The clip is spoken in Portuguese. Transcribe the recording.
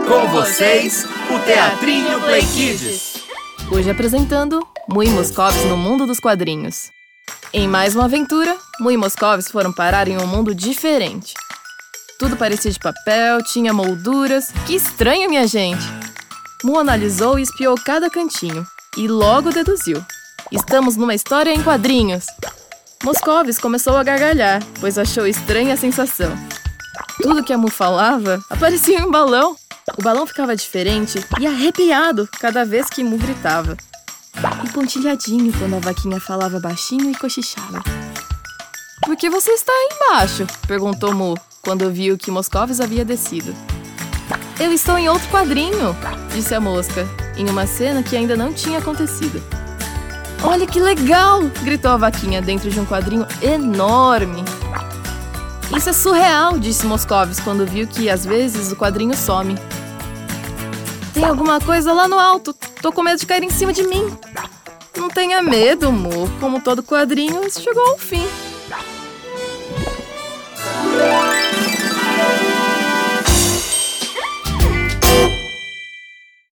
Com vocês, o Teatrinho Play Kids. Hoje apresentando Mu e Moscovis no mundo dos quadrinhos. Em mais uma aventura, Mu e Moscovis foram parar em um mundo diferente. Tudo parecia de papel, tinha molduras. Que estranho, minha gente! Mu analisou e espiou cada cantinho. E logo deduziu. Estamos numa história em quadrinhos. Moscovis começou a gargalhar, pois achou estranha a sensação. Tudo que a Mu falava aparecia em um balão. O balão ficava diferente e arrepiado cada vez que Mu gritava. E pontilhadinho quando a vaquinha falava baixinho e cochichava. "Por que você está aí embaixo?" perguntou Mu, quando viu que Moscovis havia descido. "Eu estou em outro quadrinho", disse a mosca, em uma cena que ainda não tinha acontecido. "Olha que legal!" gritou a vaquinha dentro de um quadrinho enorme. "Isso é surreal", disse Moscovis quando viu que às vezes o quadrinho some. "Tem alguma coisa lá no alto. Tô com medo de cair em cima de mim." "Não tenha medo, Mu. Como todo quadrinho, chegou ao fim."